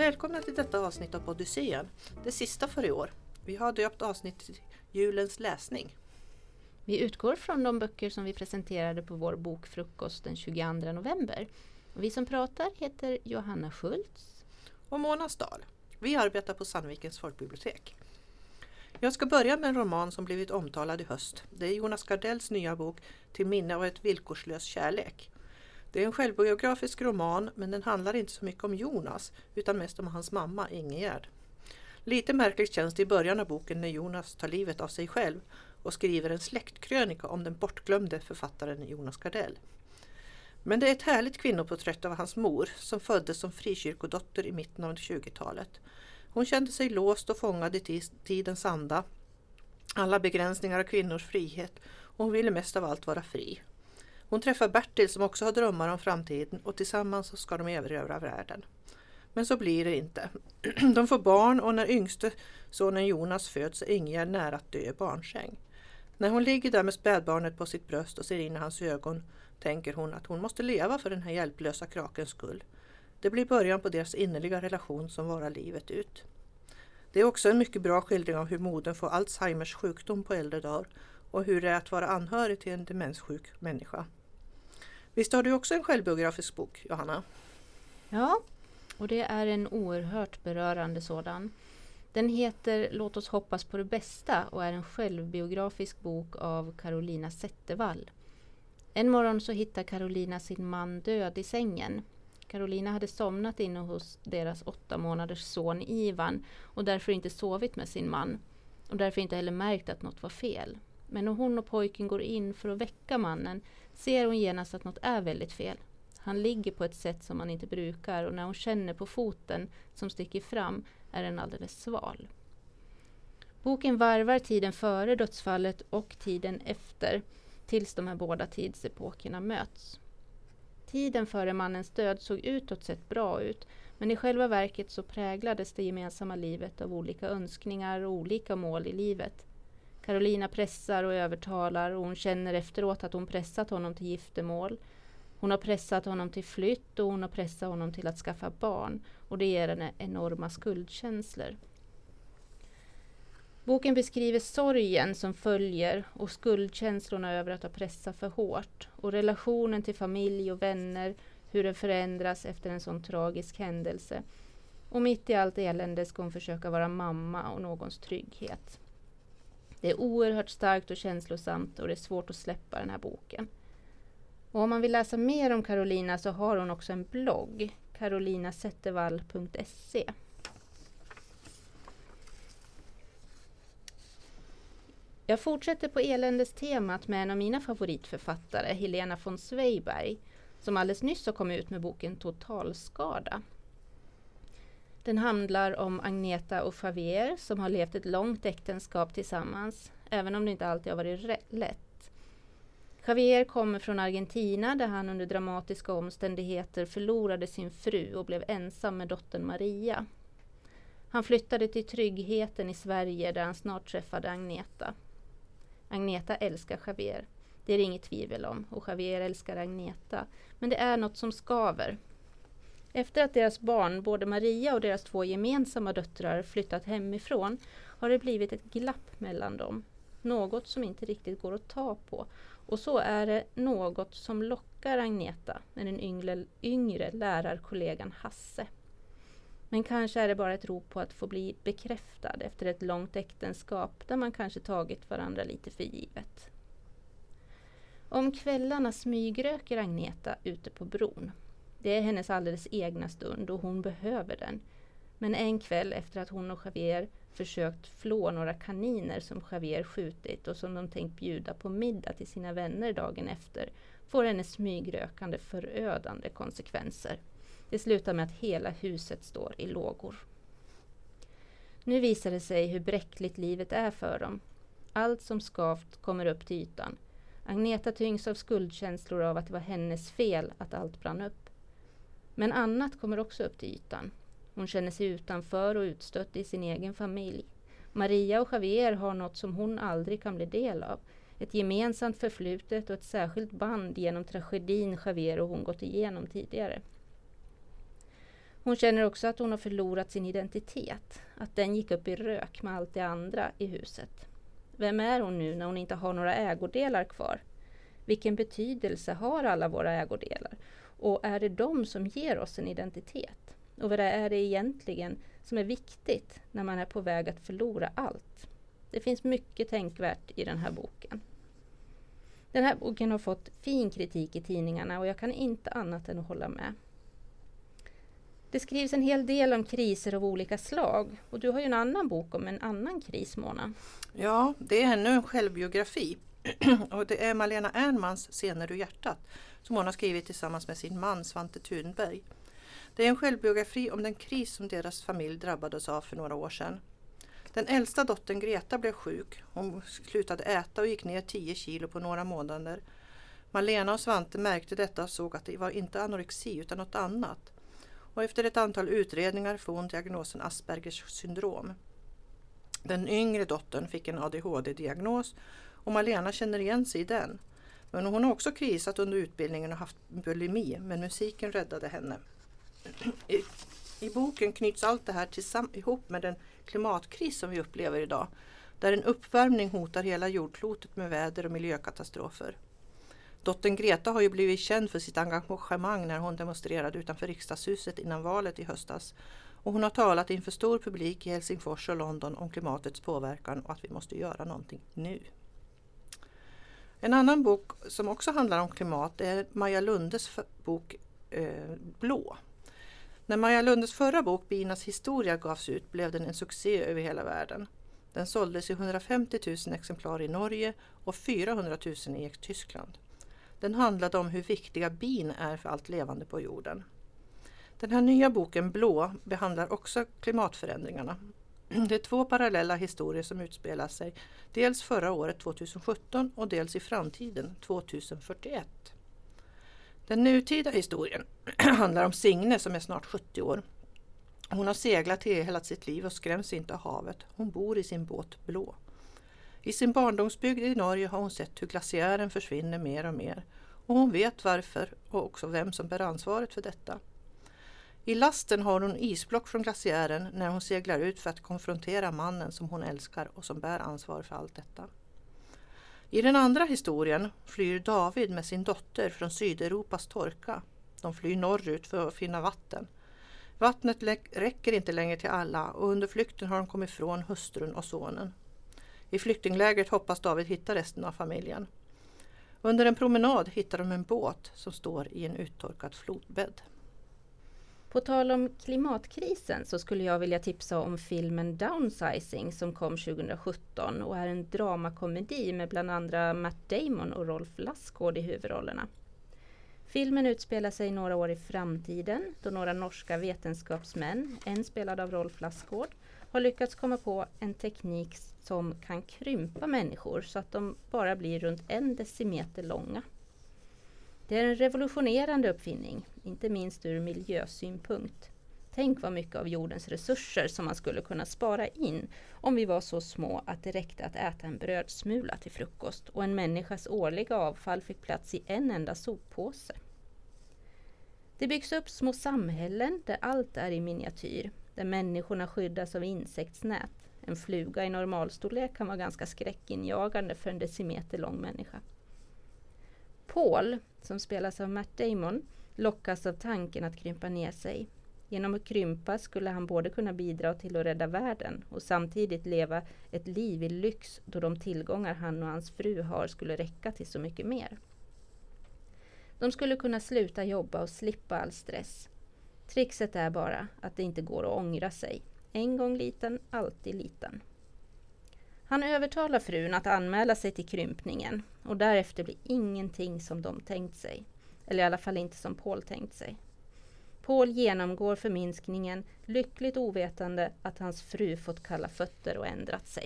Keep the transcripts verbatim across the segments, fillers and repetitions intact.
Välkomna till detta avsnitt av Odysseen, det sista för i år. Vi har döpt avsnitt till julens läsning. Vi utgår från de böcker som vi presenterade på vår bokfrukost den tjugoandra november. Och vi som pratar heter Johanna Schultz och Mona Stahl. Vi arbetar på Sandvikens folkbibliotek. Jag ska börja med en roman som blivit omtalad i höst. Det är Jonas Gardells nya bok Till minne av ett villkorslös kärlek. Det är en självbiografisk roman, men den handlar inte så mycket om Jonas utan mest om hans mamma Ingegerd. Lite märkligt känns det i början av boken när Jonas tar livet av sig själv och skriver en släktkrönika om den bortglömde författaren Jonas Gardell. Men det är ett härligt kvinnoporträtt av hans mor som föddes som frikyrkodotter i mitten av tjugotalet. Hon kände sig låst och fångad i tidens anda, alla begränsningar av kvinnors frihet, och hon ville mest av allt vara fri. Hon träffar Bertil som också har drömmar om framtiden och tillsammans ska de överövra världen. Men så blir det inte. De får barn och när yngste sonen Jonas föds är Ingegerd nära att dö i barnsäng. När hon ligger där med spädbarnet på sitt bröst och ser in i hans ögon tänker hon att hon måste leva för den här hjälplösa krakens skull. Det blir början på deras innerliga relation som varar livet ut. Det är också en mycket bra skildring av hur modern får Alzheimers sjukdom på äldre dagar och hur det är att vara anhörig till en demenssjuk människa. Visst har du också en självbiografisk bok, Johanna? Ja, och det är en oerhört berörande sådan. Den heter Låt oss hoppas på det bästa och är en självbiografisk bok av Carolina Zettervall. En morgon så hittar Carolina sin man död i sängen. Carolina hade somnat inne hos deras åtta månaders son Ivan och därför inte sovit med sin man och därför inte heller märkt att något var fel. Men när hon och pojken går in för att väcka mannen ser hon genast att något är väldigt fel. Han ligger på ett sätt som man inte brukar och när hon känner på foten som sticker fram är den alldeles sval. Boken varvar tiden före dödsfallet och tiden efter tills de här båda tidsepokerna möts. Tiden före mannens död såg utåt sett bra ut, men i själva verket så präglades det gemensamma livet av olika önskningar och olika mål i livet. Carolina pressar och övertalar och hon känner efteråt att hon pressat honom till giftermål. Hon har pressat honom till flytt och hon har pressat honom till att skaffa barn och det ger henne enorma skuldkänslor. Boken beskriver sorgen som följer och skuldkänslorna över att ha pressat för hårt och relationen till familj och vänner, hur den förändras efter en sån tragisk händelse. Och mitt i allt elände ska hon försöka vara mamma och någons trygghet. Det är oerhört starkt och känslosamt och det är svårt att släppa den här boken. Och om man vill läsa mer om Carolina så har hon också en blogg, carolina zettervall punkt se. Jag fortsätter på eländestemat med en av mina favoritförfattare, Helena von Zweiberg, som alldeles nyss har kommit ut med boken Totalskada. Den handlar om Agneta och Javier som har levt ett långt äktenskap tillsammans, även om det inte alltid har varit lätt. Javier kommer från Argentina där han under dramatiska omständigheter förlorade sin fru och blev ensam med dottern Maria. Han flyttade till tryggheten i Sverige där han snart träffade Agneta. Agneta älskar Javier, det är inget tvivel om, och Javier älskar Agneta, men det är något som skaver. Efter att deras barn, både Maria och deras två gemensamma döttrar, flyttat hemifrån har det blivit ett glapp mellan dem. Något som inte riktigt går att ta på. Och så är det något som lockar Agneta med den yngre, yngre lärarkollegan Hasse. Men kanske är det bara ett rop på att få bli bekräftad efter ett långt äktenskap där man kanske tagit varandra lite för givet. Om kvällarna smygröker Agneta ute på bron. Det är hennes alldeles egna stund och hon behöver den. Men en kväll efter att hon och Javier försökt flå några kaniner som Javier skjutit och som de tänkt bjuda på middag till sina vänner dagen efter får hennes smygrökande förödande konsekvenser. Det slutar med att hela huset står i lågor. Nu visar det sig hur bräckligt livet är för dem. Allt som skavt kommer upp till ytan. Agneta tyngs av skuldkänslor av att det var hennes fel att allt brann upp. Men annat kommer också upp till ytan. Hon känner sig utanför och utstött i sin egen familj. Maria och Javier har något som hon aldrig kan bli del av. Ett gemensamt förflutet och ett särskilt band genom tragedin Javier och hon gått igenom tidigare. Hon känner också att hon har förlorat sin identitet. Att den gick upp i rök med allt det andra i huset. Vem är hon nu när hon inte har några ägodelar kvar? Vilken betydelse har alla våra ägodelar? Och är det de som ger oss en identitet? Och vad är det egentligen som är viktigt när man är på väg att förlora allt? Det finns mycket tänkvärt i den här boken. Den här boken har fått fin kritik i tidningarna och jag kan inte annat än att hålla med. Det skrivs en hel del om kriser av olika slag och du har ju en annan bok om en annan kris, Mona. Ja, det är ännu en självbiografi och det är Malena Ernmans Scener ur hjärtat som hon har skrivit tillsammans med sin man Svante Thunberg. Det är en självbiografi om den kris som deras familj drabbades av för några år sedan. Den äldsta dottern Greta blev sjuk. Hon slutade äta och gick ner tio kilo på några månader. Malena och Svante märkte detta och såg att det var inte anorexi utan något annat. Och efter ett antal utredningar får hon diagnosen Aspergers syndrom. Den yngre dottern fick en A D H D-diagnos och Malena känner igen sig i den. Men hon har också krisat under utbildningen och haft bulimi, men musiken räddade henne. I, i boken knyts allt det här tillsamm- ihop med den klimatkris som vi upplever idag, där en uppvärmning hotar hela jordklotet med väder och miljökatastrofer. Dottern Greta har ju blivit känd för sitt engagemang när hon demonstrerade utanför riksdagshuset innan valet i höstas. Och hon har talat inför stor publik i Helsingfors och London om klimatets påverkan och att vi måste göra någonting nu. En annan bok som också handlar om klimat är Maja Lundes f- bok eh, Blå. När Maja Lundes förra bok Binas historia gavs ut blev den en succé över hela världen. Den såldes i hundrafemtio tusen exemplar i Norge och fyrahundra tusen i Tyskland. Den handlade om hur viktiga bin är för allt levande på jorden. Den här nya boken Blå behandlar också klimatförändringarna. Det är två parallella historier som utspelar sig dels förra året tjugohundrasjutton och dels i framtiden tjugohundrafyrtioett. Den nutida historien handlar om Signe som är snart sjuttio år. Hon har seglat hela sitt liv och skräms inte av havet. Hon bor i sin båt Blå. I sin barndomsbygd i Norge har hon sett hur glaciären försvinner mer och mer. Och hon vet varför och också vem som bär ansvaret för detta. I lasten har hon isblock från glaciären när hon seglar ut för att konfrontera mannen som hon älskar och som bär ansvar för allt detta. I den andra historien flyr David med sin dotter från Sydeuropas torka. De flyr norrut för att finna vatten. Vattnet räcker inte längre till alla och under flykten har de kommit ifrån hustrun och sonen. I flyktinglägret hoppas David hitta resten av familjen. Under en promenad hittar de en båt som står i en uttorkad flodbädd. På tal om klimatkrisen så skulle jag vilja tipsa om filmen Downsizing som kom tjugohundrasjutton och är en dramakomedi med bland andra Matt Damon och Rolf Lassgård i huvudrollerna. Filmen utspelar sig några år i framtiden då några norska vetenskapsmän, en spelad av Rolf Lassgård, har lyckats komma på en teknik som kan krympa människor så att de bara blir runt en decimeter långa. Det är en revolutionerande uppfinning, inte minst ur miljösynpunkt. Tänk vad mycket av jordens resurser som man skulle kunna spara in om vi var så små att det räckte att äta en brödsmula till frukost och en människas årliga avfall fick plats i en enda soppåse. Det byggs upp små samhällen där allt är i miniatyr, där människorna skyddas av insektsnät. En fluga i normalstorlek kan vara ganska skräckinjagande för en decimeter lång människa. Paul, som spelas av Matt Damon, lockas av tanken att krympa ner sig. Genom att krympa skulle han både kunna bidra till att rädda världen och samtidigt leva ett liv i lyx då de tillgångar han och hans fru har skulle räcka till så mycket mer. De skulle kunna sluta jobba och slippa all stress. Trixet är bara att det inte går att ångra sig. En gång liten, alltid liten. Han övertalar frun att anmäla sig till krympningen och därefter blir ingenting som de tänkt sig. Eller i alla fall inte som Paul tänkt sig. Paul genomgår förminskningen lyckligt ovetande att hans fru fått kalla fötter och ändrat sig.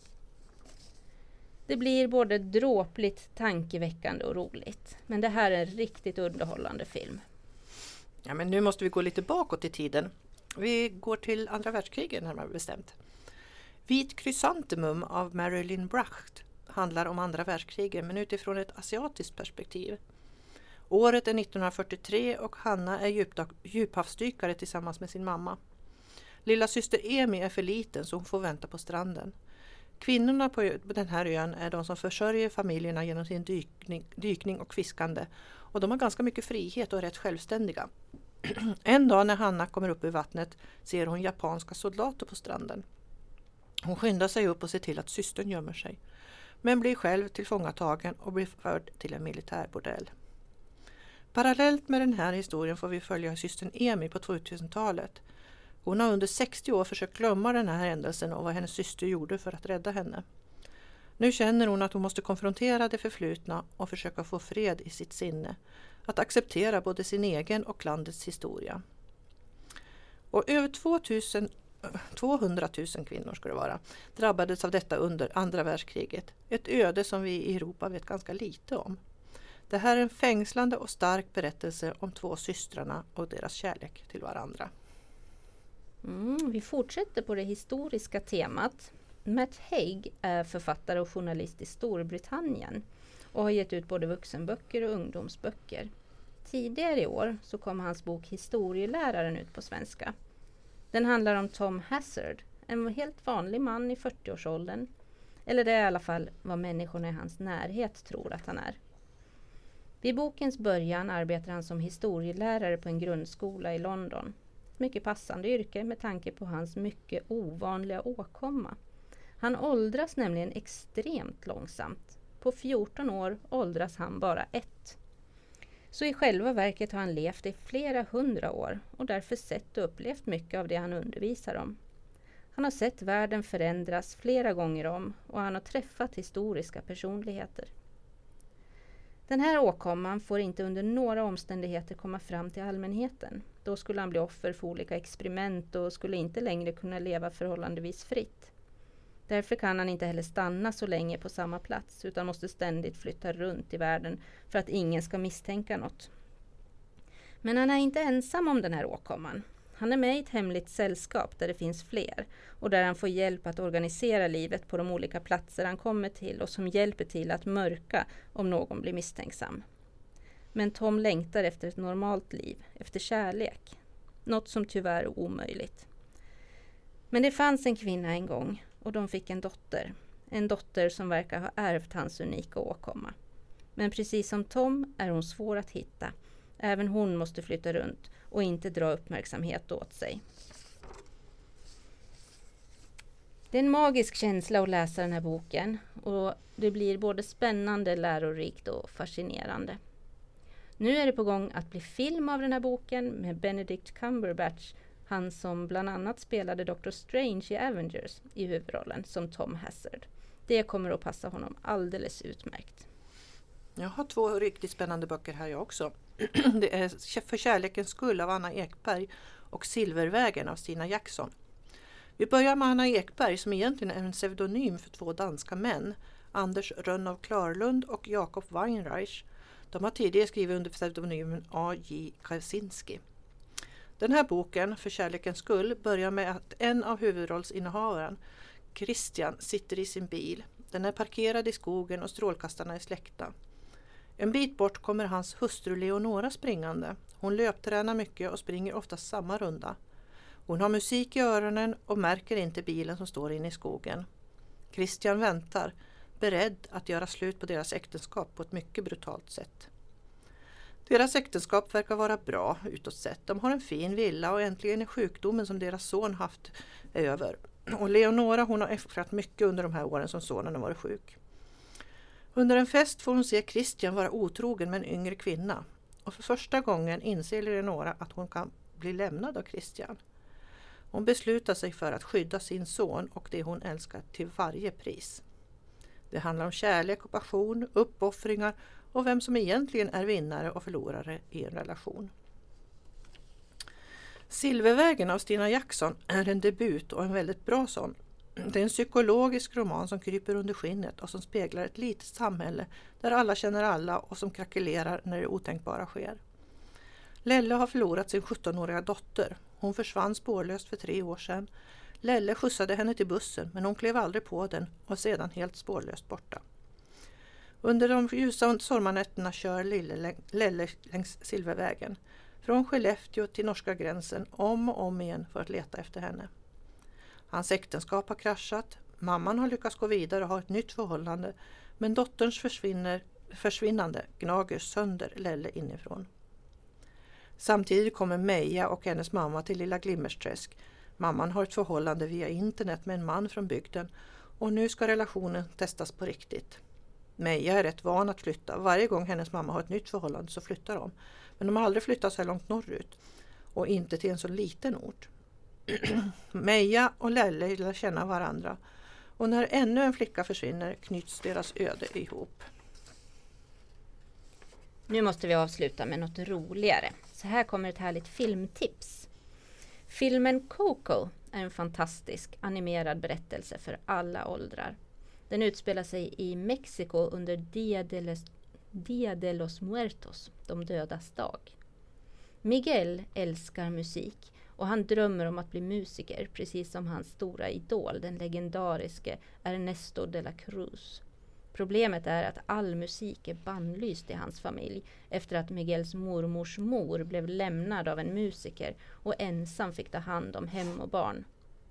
Det blir både dråpligt, tankeväckande och roligt. Men det här är en riktigt underhållande film. Ja, men nu måste vi gå lite bakåt i tiden. Vi går till andra världskriget närmare bestämt. Vit krysantemum av Marilyn Bracht handlar om andra världskriget men utifrån ett asiatiskt perspektiv. Året är nittonhundrafyrtiotre och Hanna är djup- djuphavsdykare tillsammans med sin mamma. Lilla syster Emi är för liten så hon får vänta på stranden. Kvinnorna på den här ön är de som försörjer familjerna genom sin dykning, dykning och fiskande. Och de har ganska mycket frihet och är rätt självständiga. En dag när Hanna kommer upp ur vattnet ser hon japanska soldater på stranden. Hon skyndar sig upp och ser till att systern gömmer sig. Men blir själv tillfångatagen och blir förd till en militärbordell. Parallellt med den här historien får vi följa systern Emi på tvåtusentalet. Hon har under sextio år försökt glömma den här händelsen och vad hennes syster gjorde för att rädda henne. Nu känner hon att hon måste konfrontera det förflutna och försöka få fred i sitt sinne. Att acceptera både sin egen och landets historia. Och över tvåhundratusen kvinnor ska det vara, drabbades av detta under andra världskriget. Ett öde som vi i Europa vet ganska lite om. Det här är en fängslande och stark berättelse om två systrarna och deras kärlek till varandra. Mm, vi fortsätter på det historiska temat. Matt Haig är författare och journalist i Storbritannien och har gett ut både vuxenböcker och ungdomsböcker. Tidigare i år så kom hans bok Historieläraren ut på svenska. Den handlar om Tom Hazard, en helt vanlig man i fyrtioårsåldern. Eller det är i alla fall vad människorna i hans närhet tror att han är. Vid bokens början arbetar han som historielärare på en grundskola i London. Mycket passande yrke med tanke på hans mycket ovanliga åkomma. Han åldras nämligen extremt långsamt. På fjorton år åldras han bara ett. Så i själva verket har han levt i flera hundra år och därför sett och upplevt mycket av det han undervisar om. Han har sett världen förändras flera gånger om och han har träffat historiska personligheter. Den här åkomman får inte under några omständigheter komma fram till allmänheten. Då skulle han bli offer för olika experiment och skulle inte längre kunna leva förhållandevis fritt. Därför kan han inte heller stanna så länge på samma plats utan måste ständigt flytta runt i världen för att ingen ska misstänka något. Men han är inte ensam om den här åkomman. Han är med i ett hemligt sällskap där det finns fler och där han får hjälp att organisera livet på de olika platser han kommer till och som hjälper till att mörka om någon blir misstänksam. Men Tom längtar efter ett normalt liv, efter kärlek. Något som tyvärr är omöjligt. Men det fanns en kvinna en gång och de fick en dotter. En dotter som verkar ha ärvt hans unika åkomma. Men precis som Tom är hon svår att hitta. Även hon måste flytta runt och inte dra uppmärksamhet åt sig. Det är en magisk känsla att läsa den här boken och det blir både spännande, lärorikt och fascinerande. Nu är det på gång att bli film av den här boken med Benedict Cumberbatch, han som bland annat spelade Doctor Strange i Avengers, i huvudrollen som Tom Hazard. Det kommer att passa honom alldeles utmärkt. Jag har två riktigt spännande böcker här jag också. Det är För kärlekens skull av Anna Ekberg och Silvervägen av Stina Jackson. Vi börjar med Anna Ekberg som egentligen är en pseudonym för två danska män, Anders Rönn av Klarlund och Jakob Weinreich. De har tidigare skrivit under pseudonymen A J Kaczynski. Den här boken, För kärlekens skull, börjar med att en av huvudrollsinnehavaren, Christian, sitter i sin bil. Den är parkerad i skogen och strålkastarna är släckta. En bit bort kommer hans hustru Leonora springande. Hon löptränar mycket och springer ofta samma runda. Hon har musik i öronen och märker inte bilen som står inne i skogen. Christian väntar, beredd att göra slut på deras äktenskap på ett mycket brutalt sätt. Deras äktenskap verkar vara bra utåt sett. De har en fin villa och äntligen är sjukdomen som deras son haft över. Och Leonora hon har offrat mycket under de här åren som sonen har varit sjuk. Under en fest får hon se Christian vara otrogen med en yngre kvinna. Och för första gången inser Leonora att hon kan bli lämnad av Christian. Hon beslutar sig för att skydda sin son och det hon älskar till varje pris. Det handlar om kärlek och passion, uppoffringar och vem som egentligen är vinnare och förlorare i en relation. Silvervägen av Stina Jackson är en debut och en väldigt bra sån. Det är en psykologisk roman som kryper under skinnet och som speglar ett litet samhälle där alla känner alla och som krackelerar när det otänkbara sker. Lelle har förlorat sin sjuttonåriga dotter. Hon försvann spårlöst för tre år sedan. Lelle skjutsade henne till bussen men hon klev aldrig på den och sedan helt spårlöst borta. Under de ljusa sommarnätterna kör Lille, Lelle längs Silvervägen. Från Skellefteå till norska gränsen om och om igen för att leta efter henne. Hans äktenskap har kraschat. Mamman har lyckats gå vidare och ha ett nytt förhållande. Men dotterns försvinner, försvinnande gnager sönder Lelle inifrån. Samtidigt kommer Meja och hennes mamma till lilla Glimmersträsk. Mamman har ett förhållande via internet med en man från bygden. Och nu ska relationen testas på riktigt. Meja är rätt van att flytta. Varje gång hennes mamma har ett nytt förhållande så flyttar de. Men de har aldrig flyttat så här långt norrut. Och inte till en så liten ort. Meja och Lelle lär känna varandra. Och när ännu en flicka försvinner knyts deras öde ihop. Nu måste vi avsluta med något roligare. Så här kommer ett härligt filmtips. Filmen Coco är en fantastisk animerad berättelse för alla åldrar. Den utspelar sig i Mexiko under Dia de los, Dia de los Muertos, de dödas dag. Miguel älskar musik och han drömmer om att bli musiker, precis som hans stora idol, den legendariske Ernesto de la Cruz. Problemet är att all musik är bannlyst i hans familj efter att Miguels mormors mor blev lämnad av en musiker och ensam fick ta hand om hem och barn.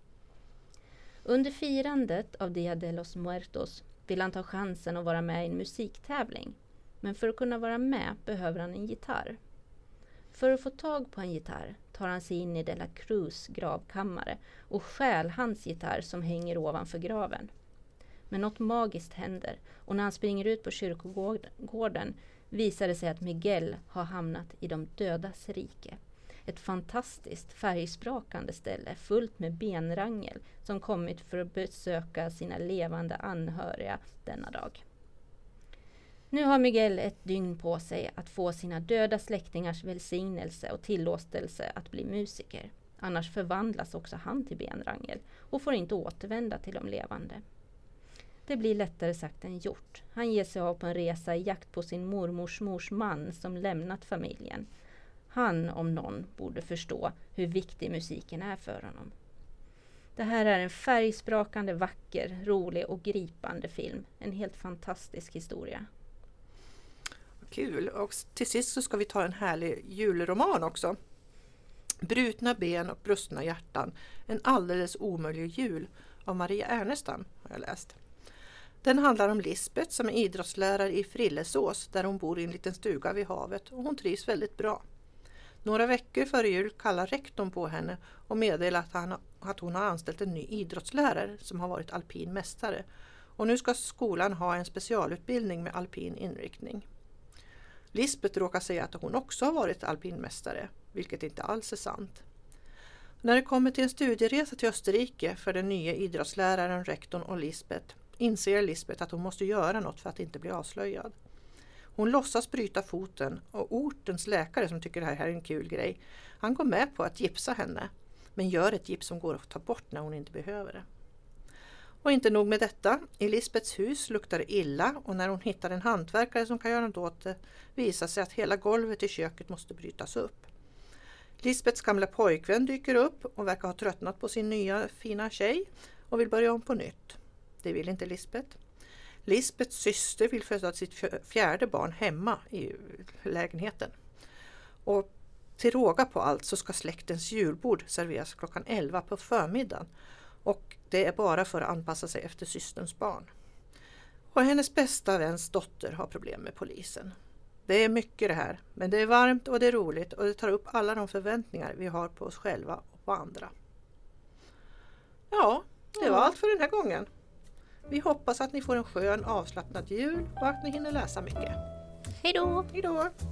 Under firandet av Dia de los Muertos vill han ta chansen att vara med i en musiktävling. Men för att kunna vara med behöver han en gitarr. För att få tag på en gitarr tar han sig in i de la Cruz gravkammare och stjäl hans gitarr som hänger ovanför graven. Men något magiskt händer och när han springer ut på kyrkogården visar det sig att Miguel har hamnat i de dödas rike. Ett fantastiskt färgsprakande ställe fullt med benrangel som kommit för att besöka sina levande anhöriga denna dag. Nu har Miguel ett dygn på sig att få sina döda släktingars välsignelse och tillåtelse att bli musiker. Annars förvandlas också han till benrangel och får inte återvända till de levande. Det blir lättare sagt än gjort. Han ger sig av på en resa i jakt på sin mormors mors man som lämnat familjen. Han om någon borde förstå hur viktig musiken är för honom. Det här är en färgsprakande, vacker, rolig och gripande film. En helt fantastisk historia. Kul. Och till sist så ska vi ta en härlig julroman också. Brutna ben och brustna hjärtan. En alldeles omöjlig jul av Maria Ernestam har jag läst. Den handlar om Lisbeth som är idrottslärare i Frillesås där hon bor i en liten stuga vid havet och hon trivs väldigt bra. Några veckor före jul kallar rektorn på henne och meddelar att, han, att hon har anställt en ny idrottslärare som har varit alpin mästare. Och nu ska skolan ha en specialutbildning med alpin inriktning. Lisbeth råkar säga att hon också har varit alpinmästare, vilket inte alls är sant. När det kommer till en studieresa till Österrike för den nya idrottsläraren, rektorn och Lisbeth inser Lisbeth att hon måste göra något för att inte bli avslöjad. Hon låtsas bryta foten och ortens läkare som tycker det här är en kul grej, han går med på att gipsa henne men gör ett gips som går att ta bort när hon inte behöver det. Och inte nog med detta, i Lisbeths hus luktar det illa och när hon hittar en hantverkare som kan göra något åt det visar sig att hela golvet i köket måste brytas upp. Lisbeths gamla pojkvän dyker upp och verkar ha tröttnat på sin nya fina tjej och vill börja om på nytt. Det vill inte Lisbeth. Lisbeths syster vill föda sitt fjärde barn hemma i lägenheten. Och till råga på allt så ska släktens julbord serveras klockan elva på förmiddagen. Och det är bara för att anpassa sig efter systerns barn. Och hennes bästa väns dotter har problem med polisen. Det är mycket det här, men det är varmt och det är roligt och det tar upp alla de förväntningar vi har på oss själva och på andra. Ja, det var allt för den här gången. Vi hoppas att ni får en skön avslappnad jul och att ni hinner läsa mycket. Hej då! Hej då!